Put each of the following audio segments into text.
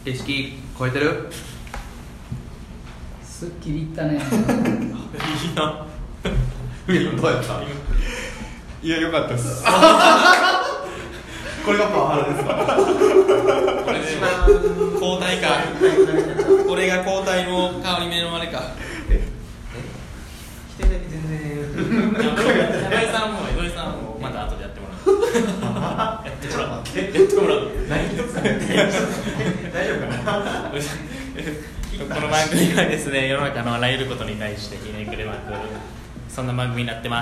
景色超えてる。 すっきりいったね。いいな。どうやった？ いや、良かったです。 これがパワハラですか？ これで交代か。これが交代の変わり目のあれか。 一人だけ全然土井さんもまた後でやってもらう。やってもらう。 何一つか大丈夫かな。 この番組はですね、世の中のあらゆることに対してひねくれまくる、そんな番組になってます。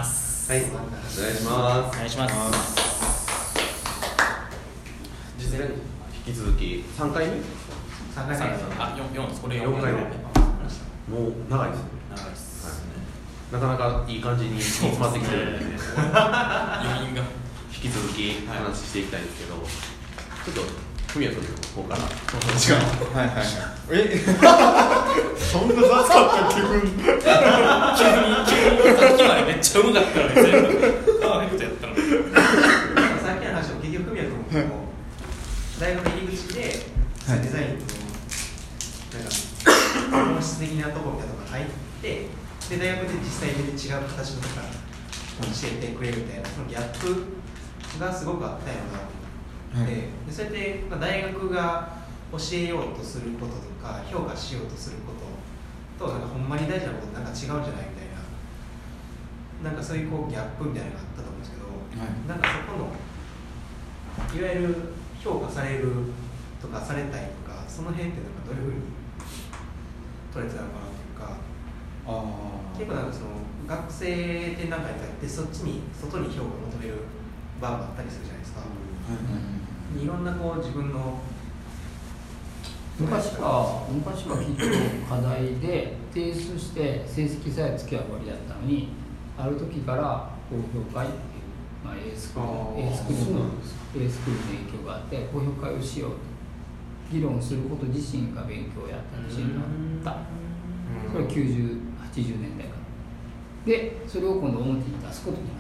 はい、お願いします。 お願いします。 実際に引き続き3回目 3回目あ、4これ 4回目。もう長いですね。 長いです、 なかなかいい感じに詰まってきてるんで余韻が引き続き話していきたいんですけど、ちょっと文也君の方から。 違う。はいはいはい。そんな雑かった気分。 急にさっきまでめっちゃうまかったのに全部パーフェクトやったのに。 さっきの話も結局文也君も大学の入り口でデザインのなんか本質的なところみたいなところが入って、で大学で実際に違う形のとか教えてくれるみたいな、そのギャップがすごくあったよなと思って、でそうやって大学が教えようとすることとか評価しようとすることとなんかほんまに大事なことなんか違うんじゃないみたいな、なんかそういうこうギャップみたいなのがあったと思うんですけど、なんかそこのいわゆる評価されるとかされたいとか、その辺ってなんかどういうふうに取れてたのかなというか、結構なんかその学生でなんかやってそっちに外に評価を求める場があったりするじゃないですか。いろんなこう自分の昔はきっと課題で提出して成績さえつけば終わりだったのに、ある時から高評価っていう、A スクールの影響があって、高評価をしようと議論すること自身が勉強をやった自信があった。それは90、80年代からで、それを今度表に出すことになった。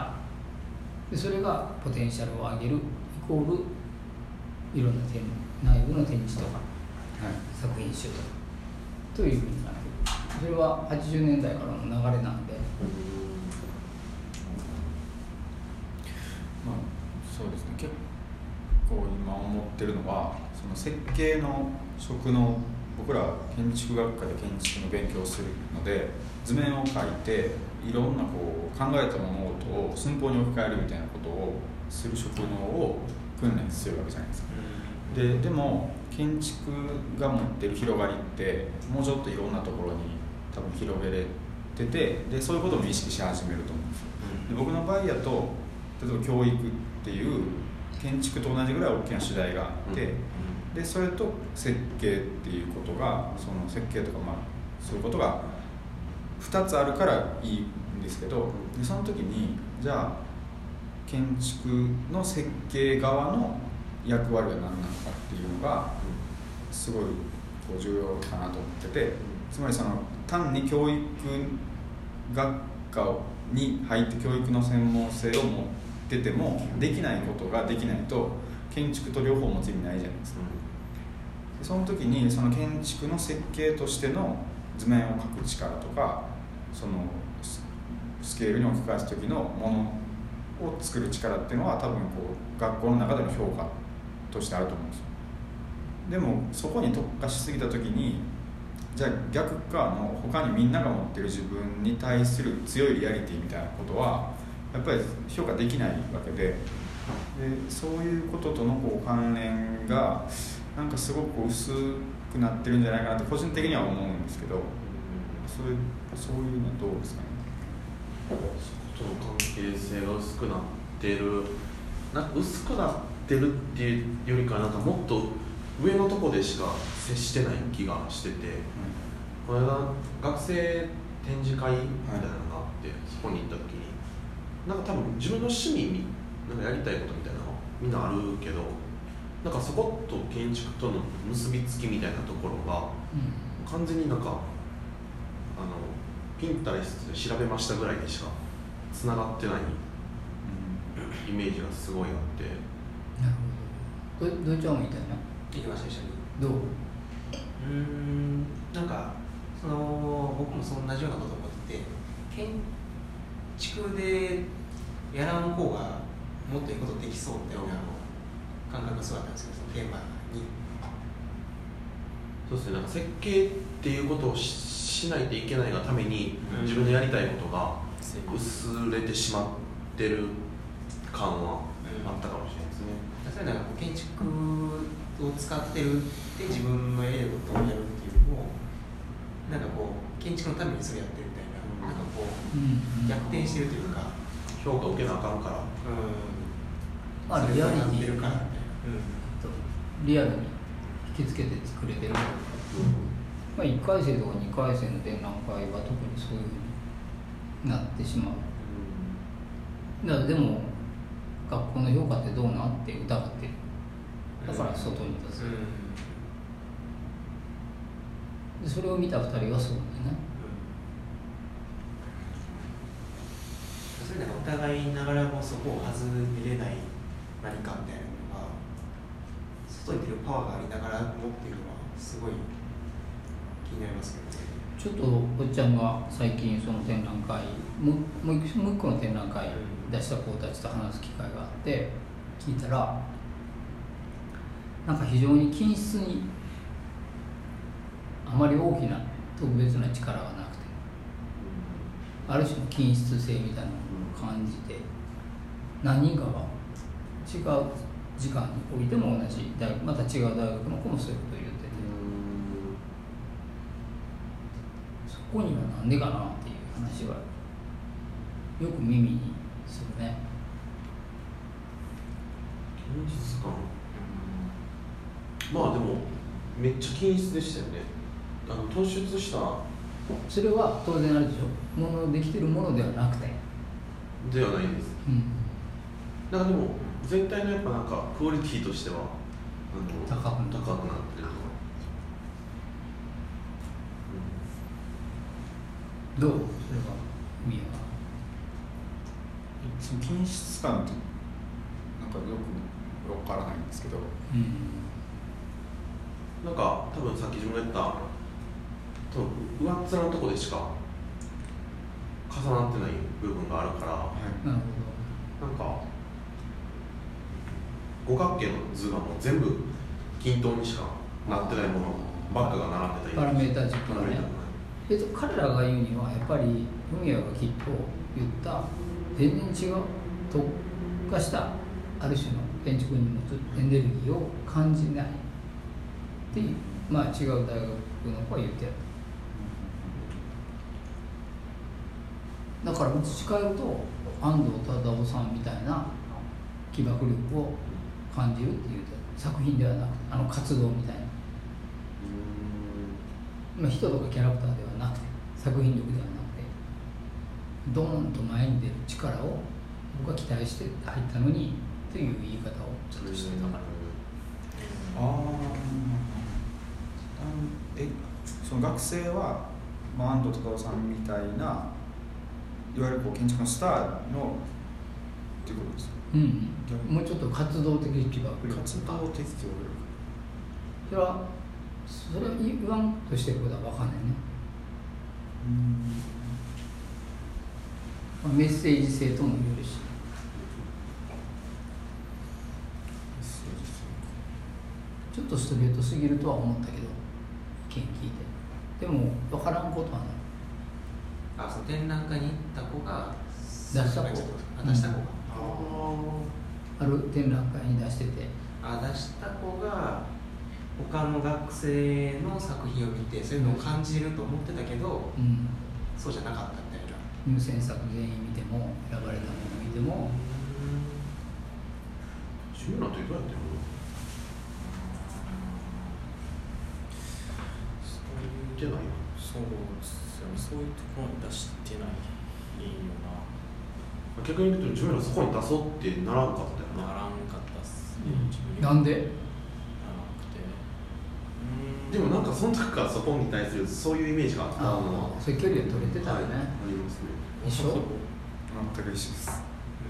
でそれがポテンシャルを上げるイコールいろんな内部の展示とか、作品集とかというふうになる。それは80年代からの流れなんで、 そうですね。結構今思ってるのは、その設計の職の、僕ら建築学科で建築の勉強をするので、図面を描いていろんなこう考えた物事を寸法に置き換えるみたいなことをする職能を訓練するわけじゃないですか。でも建築が持ってる広がりってもうちょっといろんなところに多分広げれてて、でそういうことも意識し始めると思うんですよ。で僕の場合やと、例えば教育っていう建築と同じぐらい大きな主題があって、でそれと設計っていうことが、その設計とかそういうことが2つあるからいいんですけど、でその時にじゃあ建築の設計側の役割は何なのかっていうのがすごいこう重要かなと思ってて、つまりその単に教育学科に入って教育の専門性を持っててもできないことができないと建築と両方持つ意味ないじゃないですか。その時にその建築の設計としての図面を描く力とか、そのスケールに置き換えす時のものを作る力っていうのは多分こう学校の中での評価としてあると思うんですよ。でもそこに特化しすぎた時に、じゃあ逆側の他にみんなが持ってる自分に対する強いリアリティみたいなことはやっぱり評価できないわけで、そういうこととのこう関連がなんかすごく薄くなってるんじゃないかなと個人的には思うんですけど、そういうのはどうですかね。 そことの関係性が薄くなってる、薄くなってるっていうよりかなんかもっと上のとこでしか接してない気がしてて、この間学生展示会みたいなのがあって、そこに行った時になんか多分自分の趣味になんかやりたいことみたいなのみんなあるけど、なんかそこと建築との結びつきみたいなところが、完全になんかピンタレストで調べましたぐらいでしかつながってないイメージがすごいあって。 なるほど。どうちゃんもみたいな。 行きました一緒に。 どう？ なんかその僕も同じようなこと思ってて、建築でやらん方がもっといいことできそうみたいな感覚がそうだったんですけど、そのテーマに。 そうですね、なんか設計っていうことをしないといけないがために、自分のやりたいことが薄れてしまってる感はあったかもしれないですね。 そういうのは建築を使ってるって自分のやりたいことをやるっていうのをなんかこう建築のためにそれやってるみたいな、なんかこう逆転してるというか、 評価を受けなあかんから、 まあリアリティるからみたいな、 リアルに引きつけて作れてる。まあ、1回生とか2回生の展覧会は特にそういうふうになってしまう。だからでも学校の評価ってどうなって疑ってる。だから外に出す。でそれを見た2人はそうだね。 それなんかお互いながらもそこを外れない何かみたいなのが外に出るパワーがありながらもっていうのはすごい気になりますけどね。 ちょっとおっちゃんが最近その展覧会もう一個の展覧会出した子たちと話す機会があって聞いたら、なんか非常に均質にあまり大きな特別な力がなくて、ある種の均質性みたいなものを感じて、何人かが違う時間においても同じまた違う大学の子もそういうことを言ってて、そこにはなんでかなっていう話はよく耳にするね。 均質感、まあでもめっちゃ均質でしたよね。突出したそれは当然あるでしょ、できてるものではなくてではないです、だからでも全体のやっぱなんかクオリティとしては高くなってるとか、 どう？それは宮はその均質感ってなんかよくわからないんですけど、 なんか多分さっき自分が言った上っ面のとこでしか重なってない部分があるから、 なるなんか五角形の図がもう全部均等にしかなってないものばっかが並んでたり、 パラメータ軸がね。彼らが言うにはやっぱり文也がきっと言った全然違う特化したある種の建築に持つエネルギーを感じないっていう、まあ違う大学の子は言ってやる。だから移し替えると安藤忠雄さんみたいな起爆力を感じるっていう作品ではなくて活動みたいな、人とかキャラクターではなくて作品力ではなくてドーンと前に出る力を僕は期待して入ったのにという言い方をちょっとしてたから。 その学生は、安藤忠雄さんみたいないわゆる建築のスターのっていうことですか？ もうちょっと活動的起爆力。 活動的ってそれは言わんとしてることは分かんないね。メッセージ性とも言えるし、ちょっとストレートすぎるとは思ったけど意見聞いて、でも分からんことはない。 その展覧会に行った子が出した子、ある展覧会に出してて、 出した子が他の学生の作品を見てそういうのを感じると思ってたけど、そうじゃなかったみたいな。 入選作全員見ても選ばれたもの見ても、 自分らってどうやってるの？見てないよ。 そうですよね、そういうところに出してないよな。 逆に言うと自分らそこに出そうってならんかったよな。 ならんかったっすね、 なんで？ ならなくて。 でもなんかその時からそこに対するそういうイメージがあったのはそういう距離が取れてたよね。 ありますね。 一緒？ 全く一緒です。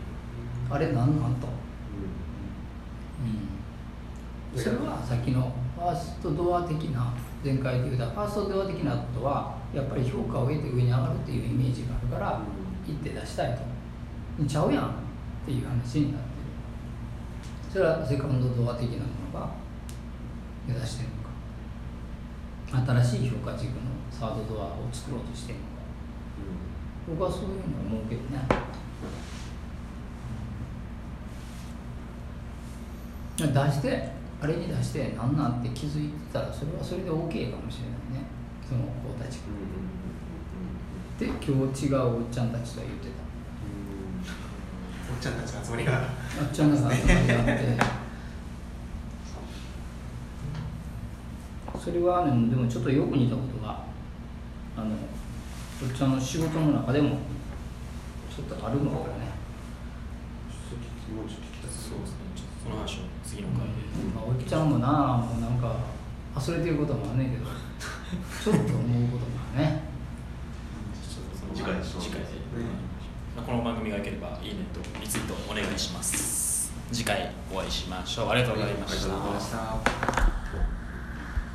あれなんと、それはさっきのファーストドア的な、前回で言うたファーストドア的なことはやっぱり評価を得て上に上がるっていうイメージがあるから、行って出したいとちゃうやんっていう話になってる。それはセカンドドア的なものが目指してるのか、新しい評価軸のサードドアを作ろうとしてるのか、僕はそういうのを思うけどね。出してあれに出してなんなんって気づいてたら、それはそれで OK かもしれないね、その子たちが。で今日違うおっちゃんたちとは言ってた。 おっちゃんたちの集まりがおっちゃんが集まりがあってそれは、ね、でもちょっとよく似たことがおっちゃんの仕事の中でもちょっとあるのからね。 もうちょっと聞きたい。 そうですね、ちょっとその話を次の回で、 おっちゃんもな、もうなんか忘れてることもあんねんけどちょっと思うこともあるね。 次回で、この番組が良ければいいねとリツイートお願いします。次回お会いしましょう。ありがとうございました。